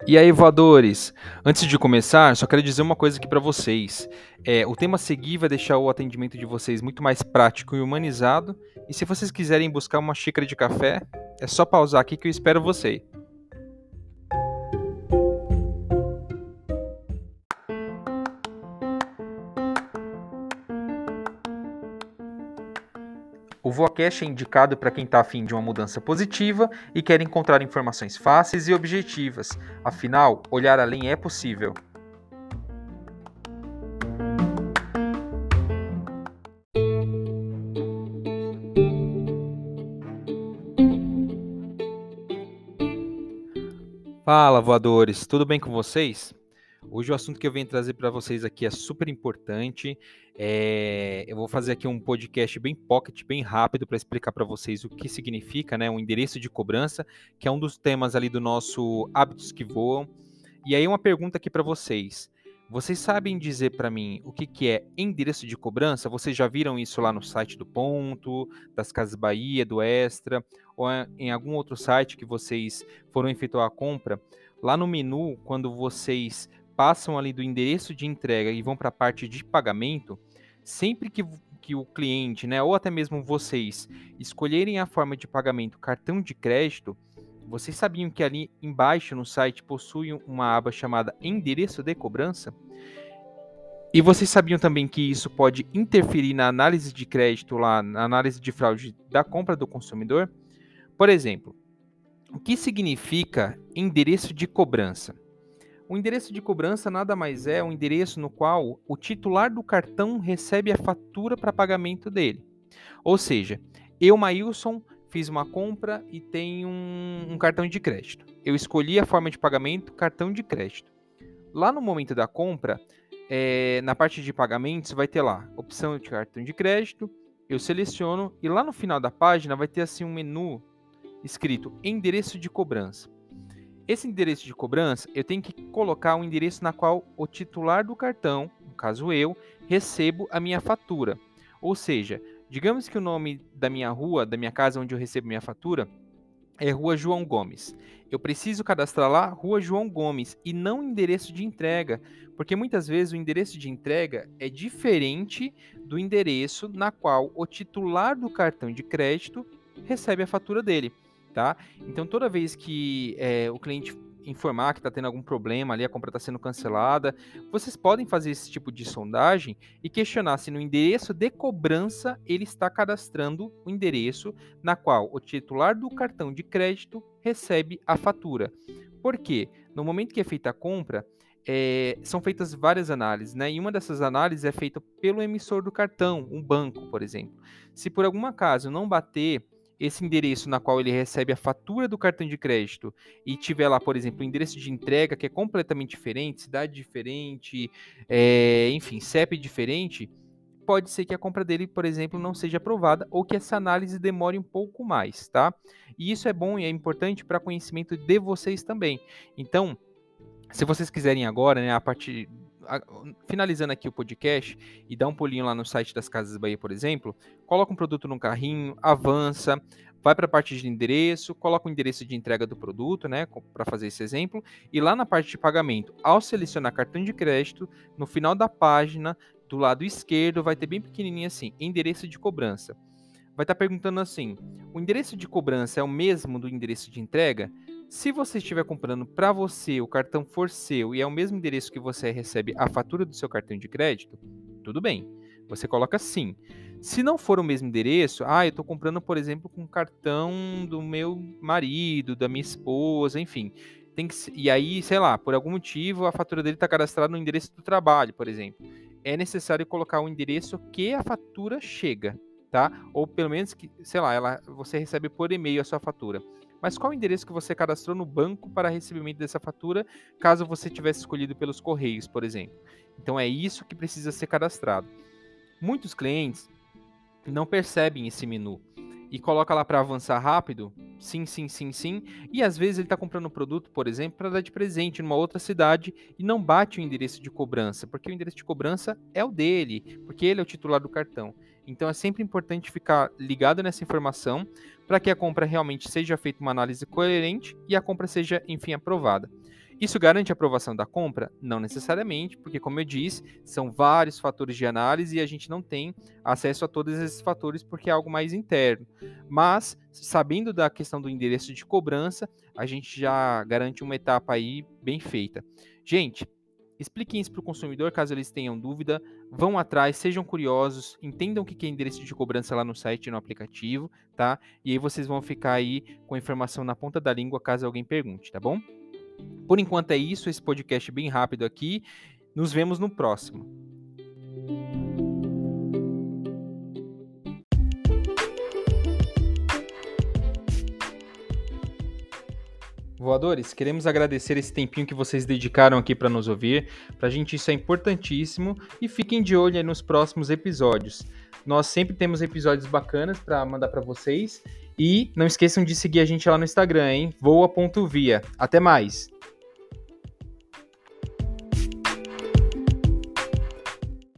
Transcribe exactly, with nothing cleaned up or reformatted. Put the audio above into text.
E aí, voadores? Antes de começar, só quero dizer uma coisa aqui para vocês. É, o tema a seguir vai deixar o atendimento de vocês muito mais prático e humanizado. E se vocês quiserem buscar uma xícara de café, é só pausar aqui que eu espero você. O Voacast é indicado para quem está afim de uma mudança positiva e quer encontrar informações fáceis e objetivas. Afinal, olhar além é possível. Fala, voadores! Tudo bem com vocês? Hoje o assunto que eu venho trazer para vocês aqui é super importante. É, eu vou fazer aqui um podcast bem pocket, bem rápido para explicar para vocês o que significa, né, um endereço de cobrança, que é um dos temas ali do nosso Hábitos que Voam. E aí uma pergunta aqui para vocês. Vocês sabem dizer para mim o que, que é endereço de cobrança? Vocês já viram isso lá no site do Ponto, das Casas Bahia, do Extra, ou em algum outro site que vocês foram efetuar a compra? Lá no menu, quando vocês passam ali do endereço de entrega e vão para a parte de pagamento, sempre que, que o cliente, né, ou até mesmo vocês, escolherem a forma de pagamento cartão de crédito, vocês sabiam que ali embaixo no site possui uma aba chamada endereço de cobrança? E vocês sabiam também que isso pode interferir na análise de crédito lá, na análise de fraude da compra do consumidor? Por exemplo, o que significa endereço de cobrança? O endereço de cobrança nada mais é um endereço no qual o titular do cartão recebe a fatura para pagamento dele. Ou seja, eu, Maílson, fiz uma compra e tenho um, um cartão de crédito. Eu escolhi a forma de pagamento, cartão de crédito. Lá no momento da compra, é, na parte de pagamentos, vai ter lá opção de cartão de crédito, eu seleciono e lá no final da página vai ter assim um menu escrito endereço de cobrança. Esse endereço de cobrança, eu tenho que colocar um endereço na qual o titular do cartão, no caso eu, recebo a minha fatura. Ou seja, digamos que o nome da minha rua, da minha casa onde eu recebo minha fatura, é Rua João Gomes. Eu preciso cadastrar lá Rua João Gomes e não endereço de entrega, porque muitas vezes o endereço de entrega é diferente do endereço na qual o titular do cartão de crédito recebe a fatura dele. Tá? Então, toda vez que é, o cliente informar que está tendo algum problema ali, a compra está sendo cancelada, vocês podem fazer esse tipo de sondagem e questionar se no endereço de cobrança ele está cadastrando o endereço na qual o titular do cartão de crédito recebe a fatura. Por quê? No momento que é feita a compra, é, são feitas várias análises, né? E uma dessas análises é feita pelo emissor do cartão, um banco, por exemplo. Se por algum acaso não bater esse endereço na qual ele recebe a fatura do cartão de crédito e tiver lá, por exemplo, o endereço de entrega que é completamente diferente, cidade diferente, é, enfim, C E P diferente, pode ser que a compra dele, por exemplo, não seja aprovada ou que essa análise demore um pouco mais, tá? E isso é bom e é importante para conhecimento de vocês também. Então, se vocês quiserem agora, né, a partir finalizando aqui o podcast e dá um pulinho lá no site das Casas Bahia, por exemplo, coloca um produto no carrinho, avança, vai para a parte de endereço, coloca o endereço de entrega do produto, né, para fazer esse exemplo, e lá na parte de pagamento, ao selecionar cartão de crédito, no final da página, do lado esquerdo, vai ter bem pequenininho assim, endereço de cobrança. Vai estar perguntando assim, o endereço de cobrança é o mesmo do endereço de entrega? Se você estiver comprando para você, o cartão for seu e é o mesmo endereço que você recebe a fatura do seu cartão de crédito, tudo bem, você coloca sim. Se não for o mesmo endereço, ah, eu estou comprando, por exemplo, com o cartão do meu marido, da minha esposa, enfim. Tem que, e aí, sei lá, por algum motivo a fatura dele está cadastrada no endereço do trabalho, por exemplo. É necessário colocar o endereço que a fatura chega, tá? Ou pelo menos que, sei lá, ela, você recebe por e-mail a sua fatura. Mas qual o endereço que você cadastrou no banco para recebimento dessa fatura, caso você tivesse escolhido pelos Correios, por exemplo? Então é isso que precisa ser cadastrado. Muitos clientes não percebem esse menu e coloca lá para avançar rápido, sim, sim, sim, sim, e às vezes ele está comprando um produto, por exemplo, para dar de presente numa outra cidade e não bate o endereço de cobrança, porque o endereço de cobrança é o dele, porque ele é o titular do cartão. Então é sempre importante ficar ligado nessa informação para que a compra realmente seja feita uma análise coerente e a compra seja, enfim, aprovada. Isso garante a aprovação da compra? Não necessariamente, porque, como eu disse, são vários fatores de análise e a gente não tem acesso a todos esses fatores porque é algo mais interno. Mas, sabendo da questão do endereço de cobrança, a gente já garante uma etapa aí bem feita. Gente, expliquem isso para o consumidor caso eles tenham dúvida, vão atrás, sejam curiosos, entendam o que é endereço de cobrança lá no site e no aplicativo, tá? E aí vocês vão ficar aí com a informação na ponta da língua caso alguém pergunte, tá bom? Por enquanto é isso, esse podcast bem rápido aqui. Nos vemos no próximo. Voadores, queremos agradecer esse tempinho que vocês dedicaram aqui para nos ouvir. Para a gente isso é importantíssimo e fiquem de olho aí nos próximos episódios. Nós sempre temos episódios bacanas para mandar para vocês e não esqueçam de seguir a gente lá no Instagram, hein? voa ponto via. Até mais!